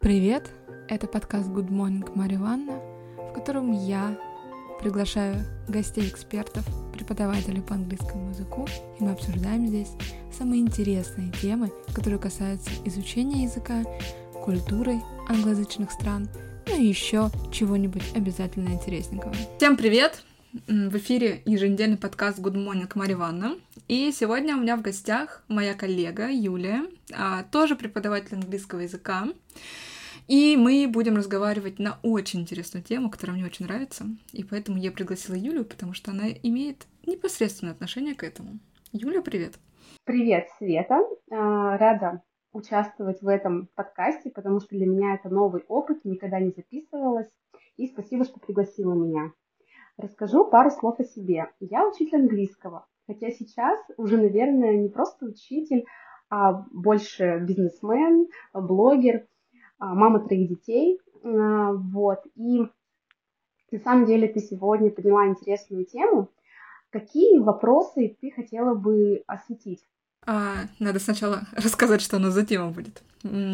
Привет! Это подкаст Good Morning Марья Ивановна, в котором я приглашаю гостей-экспертов, преподавателей по английскому языку, и мы обсуждаем здесь самые интересные темы, которые касаются изучения языка, культуры англоязычных стран, ну и еще чего-нибудь обязательно интересненького. Всем привет! В эфире еженедельный подкаст Good Morning Марья Ивановна. И сегодня у меня в гостях моя коллега Юлия, тоже преподаватель английского языка. И мы будем разговаривать на очень интересную тему, которая мне очень нравится. И поэтому я пригласила Юлю, потому что она имеет непосредственное отношение к этому. Юля, привет! Привет, Света! Рада участвовать в этом подкасте, потому что для меня это новый опыт, никогда не записывалась. И спасибо, что пригласила меня. Расскажу пару слов о себе. Я учитель английского, хотя сейчас уже, наверное, не просто учитель, а больше бизнесмен, блогер, мама 3 детей. Вот. И на самом деле ты сегодня подняла интересную тему. Какие вопросы ты хотела бы осветить? Надо сначала рассказать, что у нас за тема будет.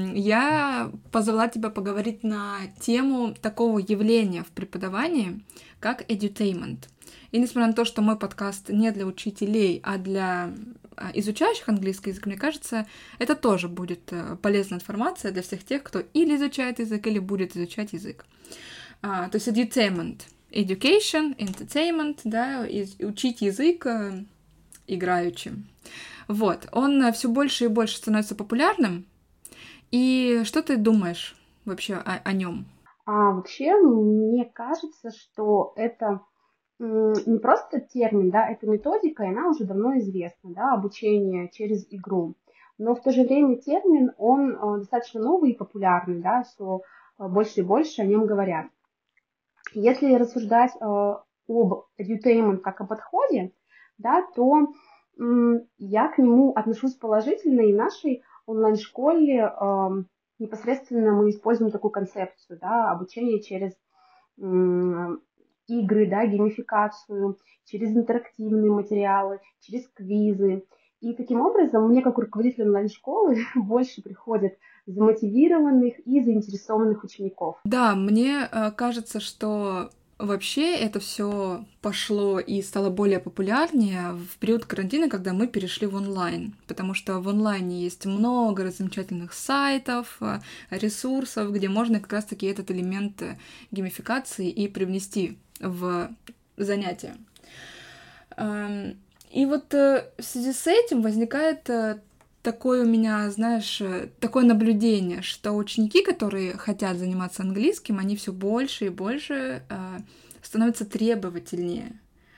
Я позвала тебя поговорить на тему такого явления в преподавании, как edutainment. И несмотря на то, что мой подкаст не для учителей, а для изучающих английский язык, мне кажется, это тоже будет полезная информация для всех тех, кто или изучает язык, или будет изучать язык. То есть edutainment, education, entertainment, да, учить язык играючи. Вот, он все больше и больше становится популярным. И что ты думаешь вообще о нем? Вообще, мне кажется, что это не просто термин, да, это методика, и она уже давно известна, да, обучение через игру. Но в то же время термин, он достаточно новый и популярный, да, что больше и больше о нем говорят. Если рассуждать об edutainment как о подходе, да, то я к нему отношусь положительно, и в нашей онлайн-школе непосредственно мы используем такую концепцию, да, обучение через игры, да, геймификацию, через интерактивные материалы, через квизы. И таким образом мне, как руководителю онлайн-школы, больше приходит замотивированных и заинтересованных учеников. Да, мне кажется, что вообще это все пошло и стало более популярнее в период карантина, когда мы перешли в онлайн, потому что в онлайне есть много замечательных сайтов, ресурсов, где можно как раз-таки этот элемент геймификации и привнести в занятия. И вот в связи с этим возникает такое у меня, знаешь, такое наблюдение, что ученики, которые хотят заниматься английским, они все больше и больше становятся требовательнее.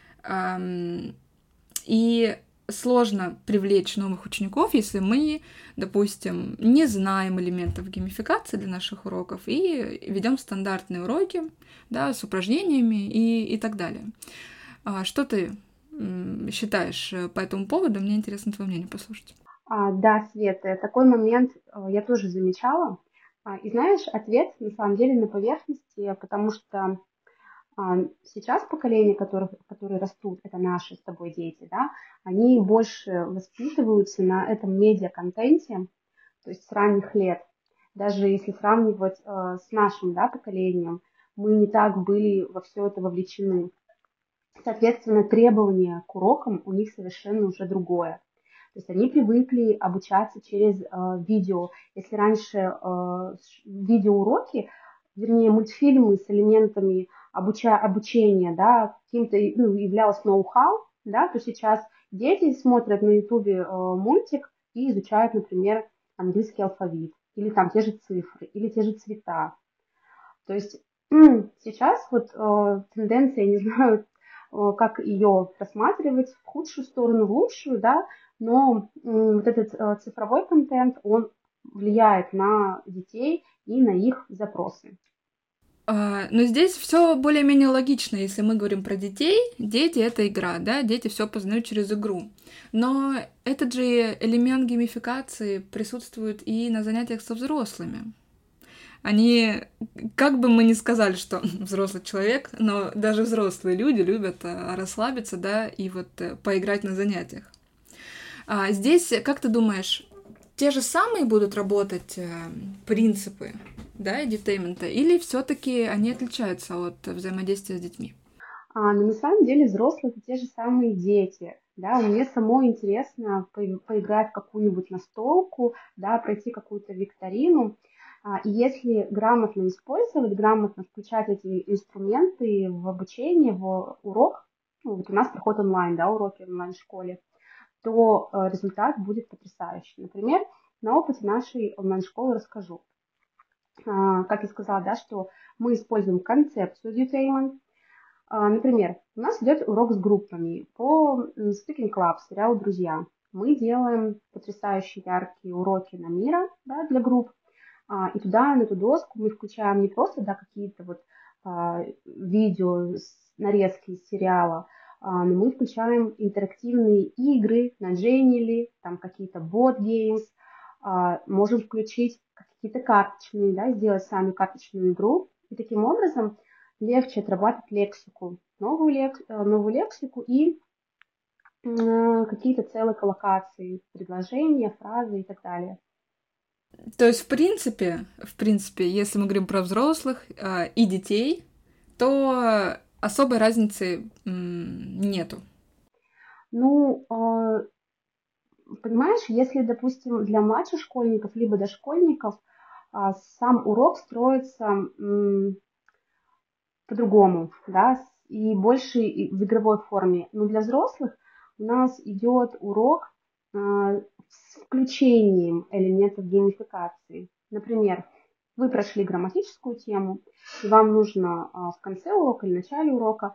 И сложно привлечь новых учеников, если мы, допустим, не знаем элементов геймификации для наших уроков и ведем стандартные уроки, да, с упражнениями и так далее. Что ты считаешь по этому поводу? Мне интересно твое мнение послушать. Да, Света, такой момент я тоже замечала. И знаешь, ответ на самом деле на поверхности, потому что сейчас поколение, которые растут, это наши с тобой дети, да, они больше воспитываются на этом медиа-контенте, то есть с ранних лет. Даже если сравнивать с нашим, да, поколением, мы не так были во все это вовлечены. Соответственно, требования к урокам у них совершенно уже другое. То есть они привыкли обучаться через видео. Если раньше видеоуроки, вернее, мультфильмы с элементами обучения, да, каким-то являлось ноу-хау, да, то сейчас дети смотрят на ютубе мультик и изучают, например, английский алфавит, или там те же цифры, или те же цвета. То есть сейчас вот тенденция, я не знаю, как ее рассматривать, в худшую сторону, в лучшую, да, но вот этот цифровой контент, он влияет на детей и на их запросы. Но здесь все более-менее логично, если мы говорим про детей. Дети — это игра, да, дети все познают через игру. Но этот же элемент геймификации присутствует и на занятиях со взрослыми. Они, как бы мы ни сказали, что взрослый человек, но даже взрослые люди любят расслабиться, да, и вот поиграть на занятиях. Здесь, как ты думаешь, те же самые будут работать принципы да, edutainment, или все-таки они отличаются от взаимодействия с детьми? Но на самом деле взрослые это те же самые дети. Да, мне самой интересно поиграть в какую-нибудь настолку, да, пройти какую-то викторину. И если грамотно использовать, грамотно включать эти инструменты в обучение, в урок, ну, вот у нас проходят онлайн, да, уроки в онлайн-школе, то результат будет потрясающий. Например, на опыте нашей онлайн-школы расскажу. Как я сказала, да, что мы используем концепцию edutainment. Например, у нас идет урок с группами по Speaking Club, сериалу «Друзья». Мы делаем потрясающие яркие уроки на мира, да, для групп. И туда, на эту доску мы включаем не просто, да, какие-то вот видео, нарезки из сериала, но мы включаем интерактивные игры на Genially, там какие-то board games, можем включить какие-то карточные, да, сделать сами карточную игру. И таким образом легче отрабатывать лексику, новую лексику и какие-то целые коллокации, предложения, фразы и так далее. То есть, в принципе, если мы говорим про взрослых и детей, то особой разницы нету. Ну, понимаешь, если, допустим, для младших школьников либо дошкольников сам урок строится по-другому, да, и больше в игровой форме. Но для взрослых у нас идет урок с включением элементов геймификации. Например, вы прошли грамматическую тему, и вам нужно в конце урока или в начале урока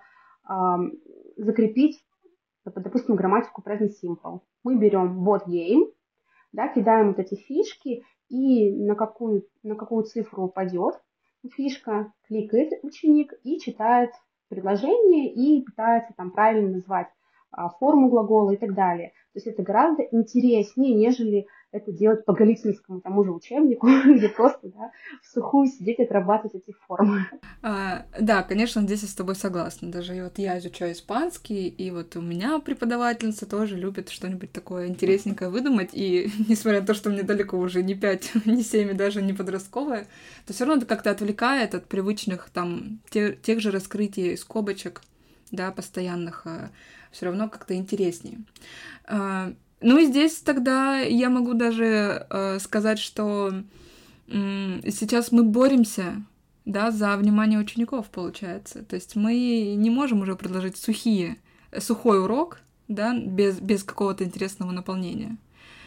закрепить, допустим, грамматику present simple. Мы берем board game, да, кидаем вот эти фишки, и на какую цифру упадет фишка, кликает ученик и читает предложение и пытается там правильно назвать форму глагола и так далее. То есть это гораздо интереснее, нежели это делать по галицинскому тому же учебнику, где просто, да, в сухую сидеть и отрабатывать эти формы. Да, конечно, здесь я с тобой согласна. Даже вот я изучаю испанский, и вот у меня преподавательница тоже любит что-нибудь такое интересненькое выдумать, и несмотря на то, что мне далеко уже не 5, не 7, и даже не подростковая, то все равно это как-то отвлекает от привычных там тех же раскрытий скобочек, да, постоянных, все равно как-то интереснее. Ну и здесь тогда я могу даже сказать, что сейчас мы боремся, да, за внимание учеников, получается. То есть мы не можем уже предложить сухой урок, да, без какого-то интересного наполнения.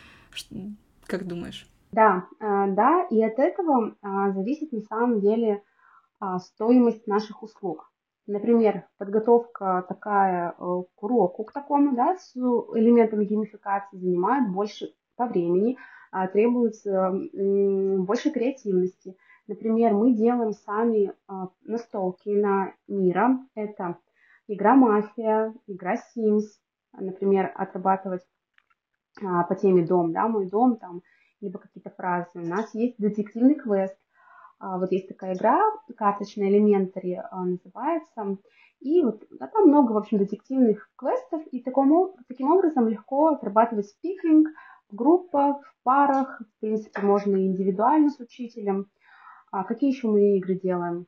Как думаешь? Да, и от этого зависит на самом деле стоимость наших услуг. Например, подготовка такая к уроку, к такому, да, с элементами геймификации занимает больше по времени, требуется больше креативности. Например, мы делаем сами настолки на мира. Это игра «Мафия», игра «Sims», например, отрабатывать по теме «Дом», да, «Мой дом», там, либо какие-то фразы. У нас есть детективный квест. Вот есть такая игра, карточная Elementary называется, и вот там много, в общем, детективных квестов, и таким образом легко отрабатывать спикинг в группах, в парах, в принципе, можно и индивидуально с учителем. Какие еще мы игры делаем?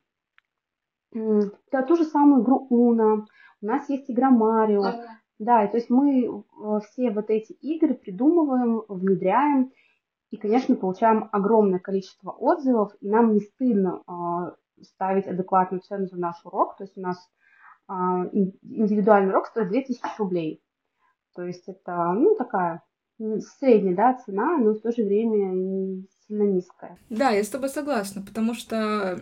Да, ту же самую игру Uno, у нас есть игра Марио, да, и то есть мы все вот эти игры придумываем, внедряем, и, конечно, получаем огромное количество отзывов, и нам не стыдно ставить адекватную цену за наш урок. То есть у нас индивидуальный урок стоит 2000 рублей. То есть это, такая средняя, да, цена, но в то же время не сильно низкая. Да, я с тобой согласна, потому что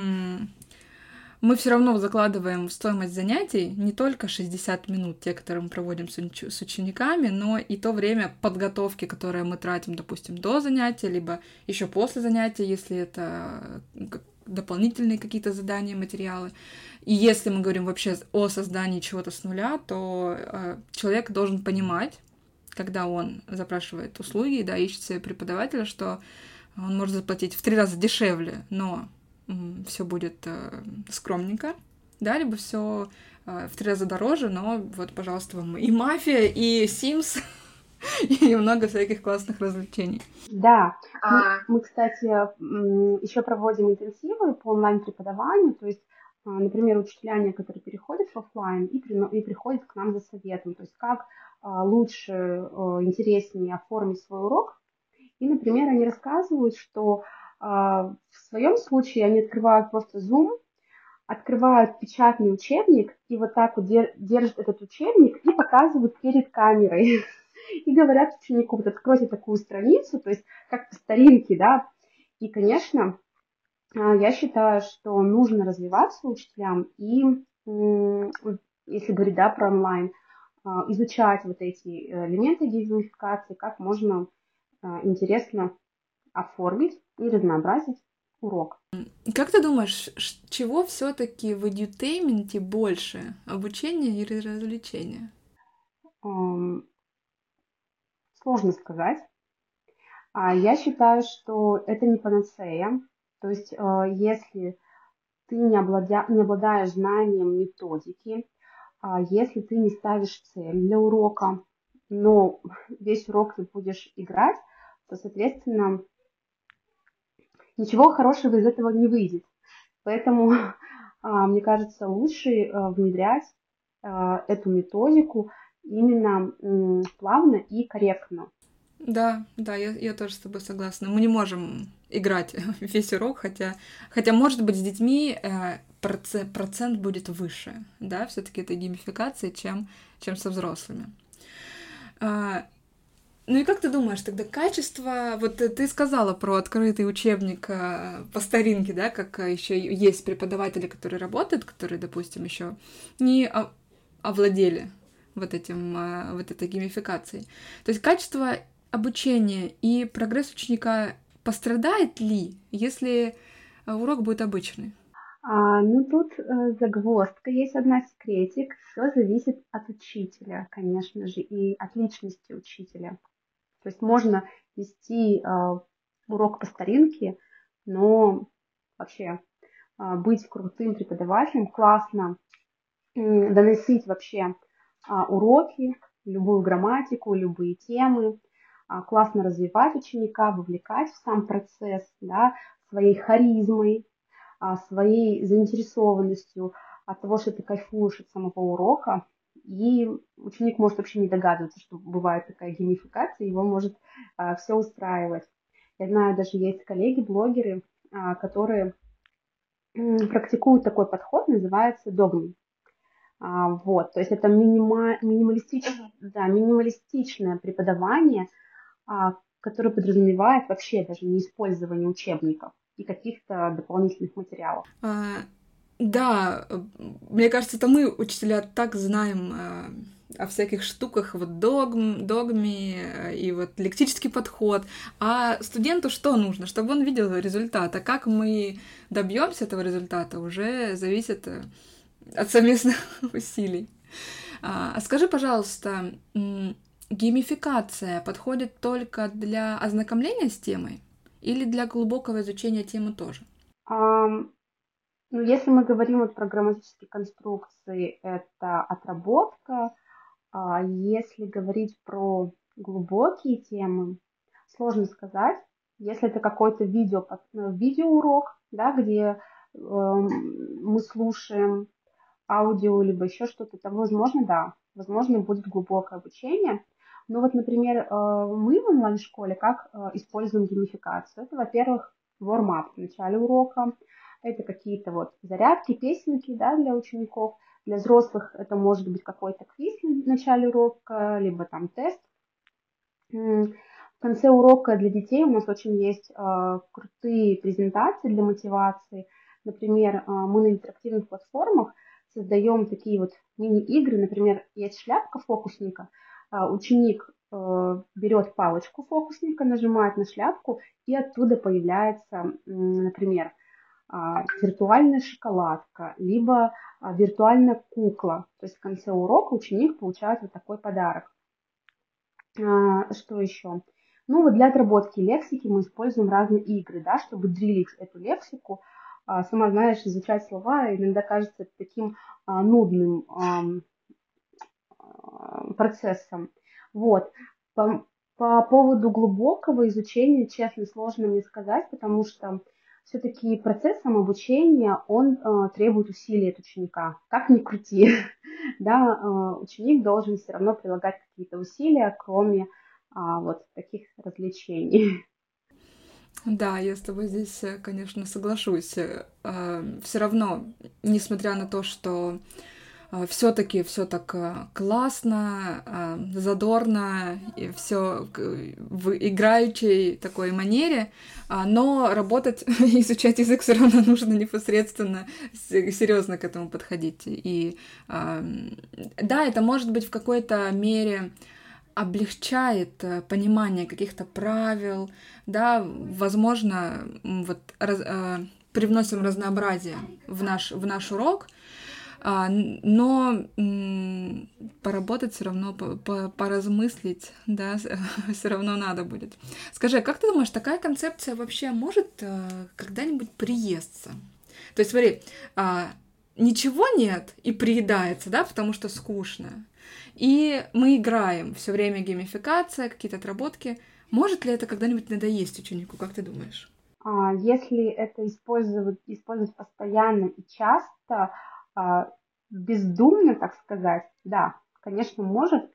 мы все равно закладываем в стоимость занятий не только 60 минут, те, которые мы проводим с учениками, но и то время подготовки, которое мы тратим, допустим, до занятия, либо еще после занятия, если это дополнительные какие-то задания, материалы. И если мы говорим вообще о создании чего-то с нуля, то человек должен понимать, когда он запрашивает услуги, да, ищет себе преподавателя, что он может заплатить в 3 раза дешевле, но все будет скромненько, да, либо все в 3 раза дороже, но вот, пожалуйста, вам и «Мафия», и «Sims», и много всяких классных развлечений. Да, мы, кстати, еще проводим интенсивы по онлайн-преподаванию, то есть, например, учителя некоторые переходят в офлайн и приходят к нам за советом, то есть как лучше, интереснее оформить свой урок. И, например, они рассказывают, что в своем случае они открывают просто Zoom, открывают печатный учебник и вот так вот держат этот учебник и показывают перед камерой. И говорят ученику, вот откройте такую страницу, то есть как по старинке, да. И, конечно, я считаю, что нужно развиваться учителям и, если говорить, да, про онлайн, изучать вот эти элементы геймификации, как можно интересно оформить и разнообразить урок. Как ты думаешь, чего все-таки в edutaimenте больше? Обучение или развлечения? Сложно сказать. Я считаю, что это не панацея. То есть, если ты не обладаешь знанием методики, если ты не ставишь цель для урока, но весь урок ты будешь играть, то, соответственно, ничего хорошего из этого не выйдет. Поэтому, мне кажется, лучше внедрять эту методику именно плавно и корректно. Да, я тоже с тобой согласна. Мы не можем играть весь урок, хотя может быть, с детьми процент будет выше, да, все-таки это геймификация, чем со взрослыми. Ну и как ты думаешь, тогда качество... Вот ты сказала про открытый учебник по старинке, да, как еще есть преподаватели, которые работают, которые, допустим, еще не овладели вот этой геймификацией. То есть качество обучения и прогресс ученика пострадает ли, если урок будет обычный? Ну, тут загвоздка, есть одна секретик. Все зависит от учителя, конечно же, и от личности учителя. То есть можно вести урок по старинке, но вообще быть крутым преподавателем, классно доносить вообще уроки, любую грамматику, любые темы, классно развивать ученика, вовлекать в сам процесс, да, своей харизмой, своей заинтересованностью от того, что ты кайфуешь от самого урока. И ученик может вообще не догадываться, что бывает такая геймификация, его может все устраивать. Я знаю, даже есть коллеги-блогеры, которые практикуют такой подход, называется догмой. Вот, то есть это минималистичное преподавание, которое подразумевает вообще даже не использование учебников и каких-то дополнительных материалов. Да, мне кажется, это мы, учителя, так знаем о всяких штуках, вот догме и вот лектический подход. А студенту что нужно? Чтобы он видел результат. А как мы добьемся этого результата, уже зависит от совместных усилий. А скажи, пожалуйста, геймификация подходит только для ознакомления с темой или для глубокого изучения темы тоже? Ну, если мы говорим вот про грамматические конструкции, это отработка. Если говорить про глубокие темы, сложно сказать. Если это какой-то видеоурок, да, где мы слушаем аудио, либо еще что-то, то, возможно, да, возможно, будет глубокое обучение. Но вот, например, мы в онлайн-школе как используем геймификацию? Это, во-первых, warm-up в начале урока, это какие-то вот зарядки, песенки, да, для учеников. Для взрослых это может быть какой-то квиз в начале урока, либо там тест. В конце урока для детей у нас очень есть крутые презентации для мотивации. Например, мы на интерактивных платформах создаем такие вот мини-игры. Например, есть шляпка фокусника. Ученик берет палочку фокусника, нажимает на шляпку, и оттуда появляется, например, виртуальная шоколадка, либо виртуальная кукла. То есть в конце урока ученик получает вот такой подарок. Что еще? Ну, вот для отработки лексики мы используем разные игры, да, чтобы дрилить эту лексику. Сама знаешь, изучать слова иногда кажется таким нудным процессом. Вот. По, по поводу глубокого изучения, честно, сложно мне сказать, потому что все-таки процесс самообучения, он требует усилий от ученика. Как ни крути, да, ученик должен все равно прилагать какие-то усилия, кроме вот таких развлечений. Да, я с тобой здесь, конечно, соглашусь. Все равно, несмотря на то, что все-таки все так классно, задорно, и все в играющей такой манере, но работать, изучать язык все равно нужно непосредственно, серьезно к этому подходить. И да, это может быть в какой-то мере облегчает понимание каких-то правил, да, возможно, вот привносим разнообразие в наш урок, но поработать все равно, поразмыслить, да, все равно надо будет. Скажи, а как ты думаешь, такая концепция вообще может когда-нибудь приесться? То есть, смотри, ничего нет и приедается, да, потому что скучно. И мы играем все время геймификация, какие-то отработки. Может ли это когда-нибудь надоесть ученику, как ты думаешь? Если это использовать постоянно и часто, бездумно, так сказать, да, конечно, может.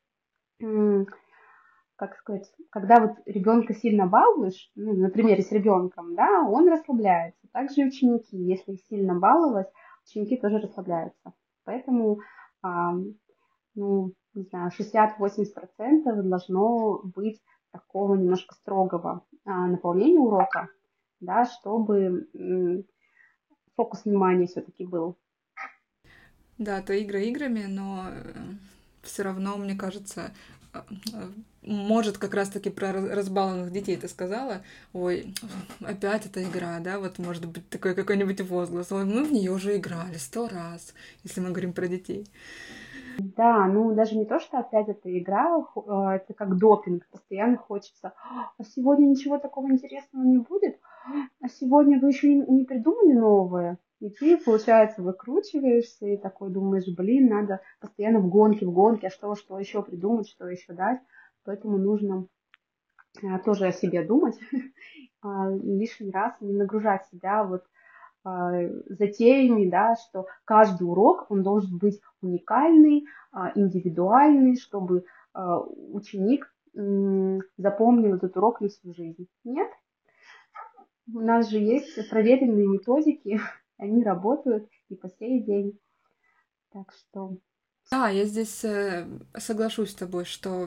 Как сказать, когда вот ребенка сильно балуешь, ну, например, с ребенком, да, он расслабляется. Также и ученики, если их сильно баловать, ученики тоже расслабляются. Поэтому, ну, не знаю, 60-80% должно быть такого немножко строгого наполнения урока, да, чтобы фокус внимания все-таки был. Да, то игры играми, но все равно, мне кажется, может, как раз-таки про разбалованных детей ты сказала, ой, опять эта игра, да, вот может быть такой какой-нибудь возглас, ой, мы в нее уже играли 100 раз, если мы говорим про детей. Да, ну даже не то, что опять эта игра, это как допинг, постоянно хочется, а сегодня ничего такого интересного не будет, а сегодня вы еще не придумали новое, и ты, получается, выкручиваешься и такой думаешь, блин, надо постоянно в гонке, а что еще придумать, что еще дать, поэтому нужно тоже о себе думать, лишний раз не нагружать себя вот затеями, да, что каждый урок, он должен быть уникальный, индивидуальный, чтобы ученик запомнил этот урок на всю жизнь. Нет, у нас же есть проверенные методики, они работают и по сей день. Так что... Да, я здесь соглашусь с тобой, что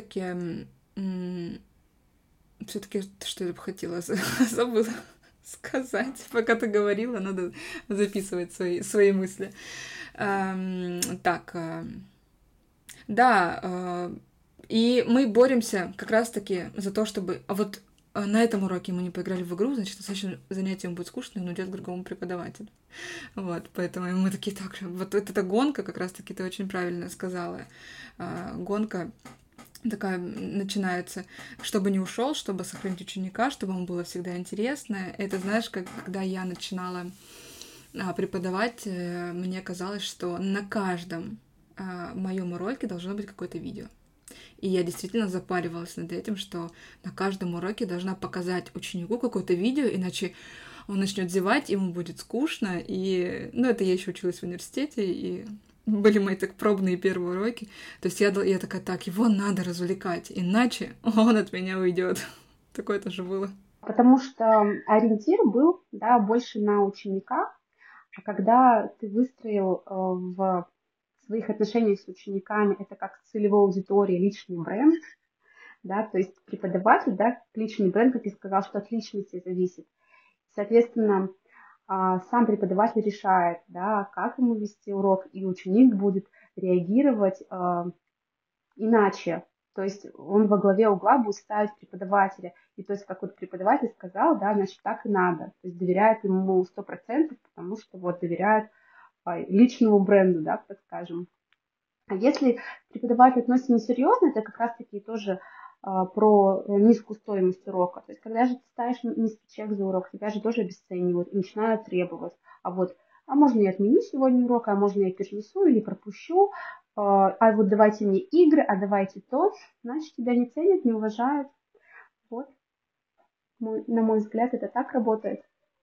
все-таки, что я бы хотела, забыла сказать, пока ты говорила, надо записывать свои мысли. Так, да, и мы боремся как раз-таки за то, чтобы... А вот на этом уроке мы не поиграли в игру, значит, на следующем занятии ему будет скучно, и он уйдет к другому преподавателю. Вот, поэтому мы такие, так, вот эта гонка, как раз-таки ты очень правильно сказала. Гонка такая начинается, чтобы не ушел, чтобы сохранить ученика, чтобы ему было всегда интересно. Это, знаешь, когда я начинала преподавать, мне казалось, что на каждом моем уроке должно быть какое-то видео. И я действительно запаривалась над этим, что на каждом уроке должна показать ученику какое-то видео, иначе он начнет зевать, ему будет скучно. И, ну, это я еще училась в университете, и были мои так пробные первые уроки. То есть я такая, так, его надо развлекать, иначе он от меня уйдет. Такое тоже было. Потому что ориентир был, да, больше на ученика, а когда ты выстроил в своих отношениях с учениками это как целевой аудитории личный бренд, да, то есть преподаватель, да, личный бренд, как я сказала, что от личности зависит. Соответственно, сам преподаватель решает, да, как ему вести урок, и ученик будет реагировать иначе. То есть он во главе угла будет ставить преподавателя. И то есть, как вот преподаватель сказал, да, значит, так и надо. То есть доверяет ему 100%, потому что вот доверяет личному бренду, да, так скажем. А если преподаватель относится несерьезно, это как раз-таки тоже про низкую стоимость урока. То есть, когда же ты ставишь низкий чек за урок, тебя же тоже обесценивают и начинают требовать. А можно я отменю сегодня урок, а можно я перенесу или пропущу. а вот давайте мне игры, а давайте то, значит, тебя не ценят, не уважают. Вот, на мой взгляд, это так работает.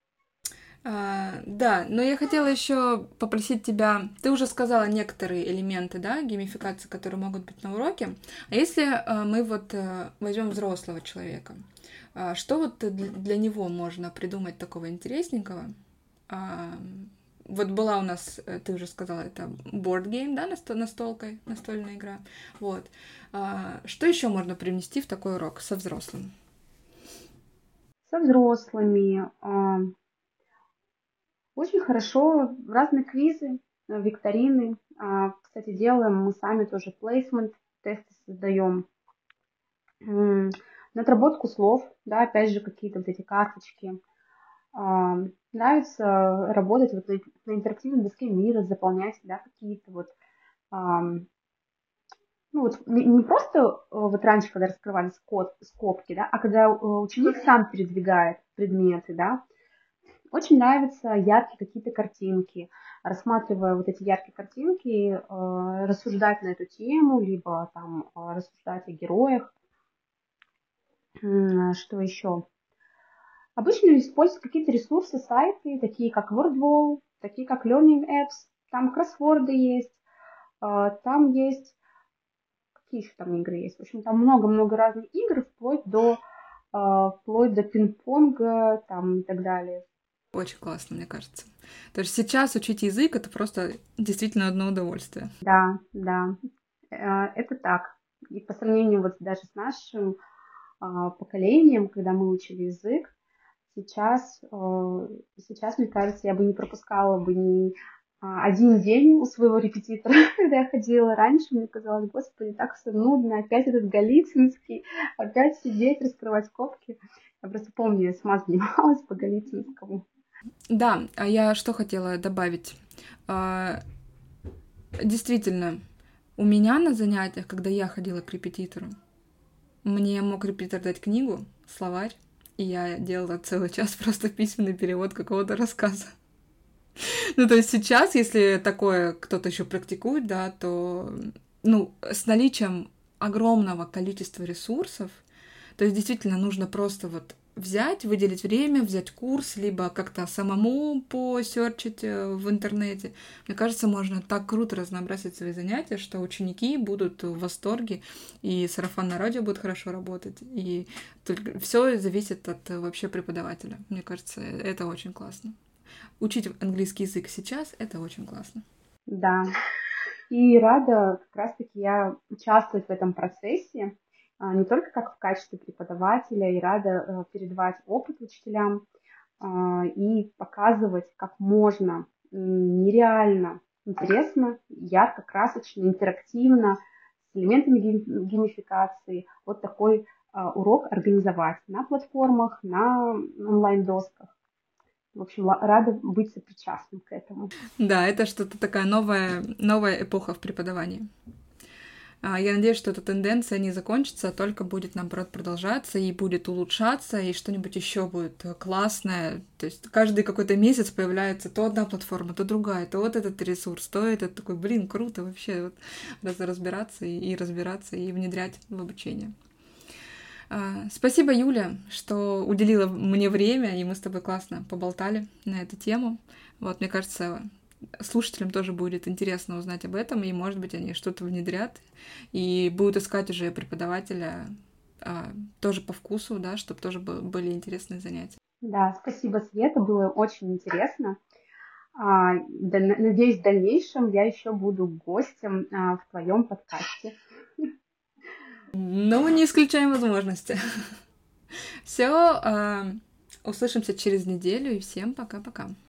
Да, но я хотела еще попросить тебя, ты уже сказала некоторые элементы, да, геймификации, которые могут быть на уроке, а если мы вот возьмем взрослого человека, что вот для него можно придумать такого интересненького? Вот была у нас, ты уже сказала, это board game, да, настольная игра, вот. Что еще можно привнести в такой урок со взрослым? Со взрослыми, очень хорошо разные квизы, викторины. Кстати, делаем мы сами тоже плейсмент, тесты создаем. На отработку слов, да, опять же, какие-то вот эти карточки. Нравится работать вот на интерактивной доске мира, заполнять, да, какие-то вот, ну вот не просто вот раньше, когда раскрывались скобки, да, а когда ученик сам передвигает предметы, да. Очень нравятся яркие какие-то картинки. Рассматривая вот эти яркие картинки, рассуждать на эту тему, либо там рассуждать о героях. Что еще? Обычно используют какие-то ресурсы, сайты, такие как WordWall, такие как Learning Apps. Там кроссворды есть, там есть... Какие еще там игры есть? В общем, там много-много разных игр, вплоть до пинг-понга там, и так далее. Очень классно, мне кажется. То есть сейчас учить язык — это просто действительно одно удовольствие. Да, да, это так. И по сравнению вот даже с нашим поколением, когда мы учили язык, сейчас, мне кажется, я бы не пропускала бы ни один день у своего репетитора, когда я ходила раньше, мне казалось, господи, так все нудно, опять этот галицинский, опять сидеть, раскрывать скобки. Я просто помню, я сама занималась по галицинскому. Да, а я что хотела добавить? Действительно, у меня на занятиях, когда я ходила к репетитору, мне мог репетитор дать книгу, словарь, и я делала целый час просто письменный перевод какого-то рассказа. Ну, то есть сейчас, если такое кто-то еще практикует, да, то, ну, с наличием огромного количества ресурсов, то есть действительно нужно просто вот взять, выделить время, взять курс, либо как-то самому посерчить в интернете. Мне кажется, можно так круто разнообразить свои занятия, что ученики будут в восторге, и сарафанное радио будет хорошо работать, и только все зависит от вообще преподавателя. Мне кажется, это очень классно. Учить английский язык сейчас — это очень классно. Да, и рада как раз-таки я участвовать в этом процессе, не только как в качестве преподавателя, и рада передавать опыт учителям и показывать, как можно нереально интересно, ярко, красочно, интерактивно, с элементами геймификации вот такой урок организовать на платформах, на онлайн-досках. В общем, рада быть сопричастным к этому. Да, это что-то такая новая эпоха в преподавании. Я надеюсь, что эта тенденция не закончится, а только будет, наоборот, продолжаться и будет улучшаться, и что-нибудь еще будет классное. То есть каждый какой-то месяц появляется то одна платформа, то другая, то вот этот ресурс, то этот такой, блин, круто вообще вот разбираться и разбираться и внедрять в обучение. Спасибо, Юля, что уделила мне время, и мы с тобой классно поболтали на эту тему. Вот, мне кажется, слушателям тоже будет интересно узнать об этом, и, может быть, они что-то внедрят и будут искать уже преподавателя тоже по вкусу, да, чтобы тоже были интересные занятия. Да, спасибо, Света, было очень интересно. Надеюсь, в дальнейшем я еще буду гостем в твоем подкасте. Ну, не исключаем возможности. Все, услышимся через неделю, и всем пока-пока.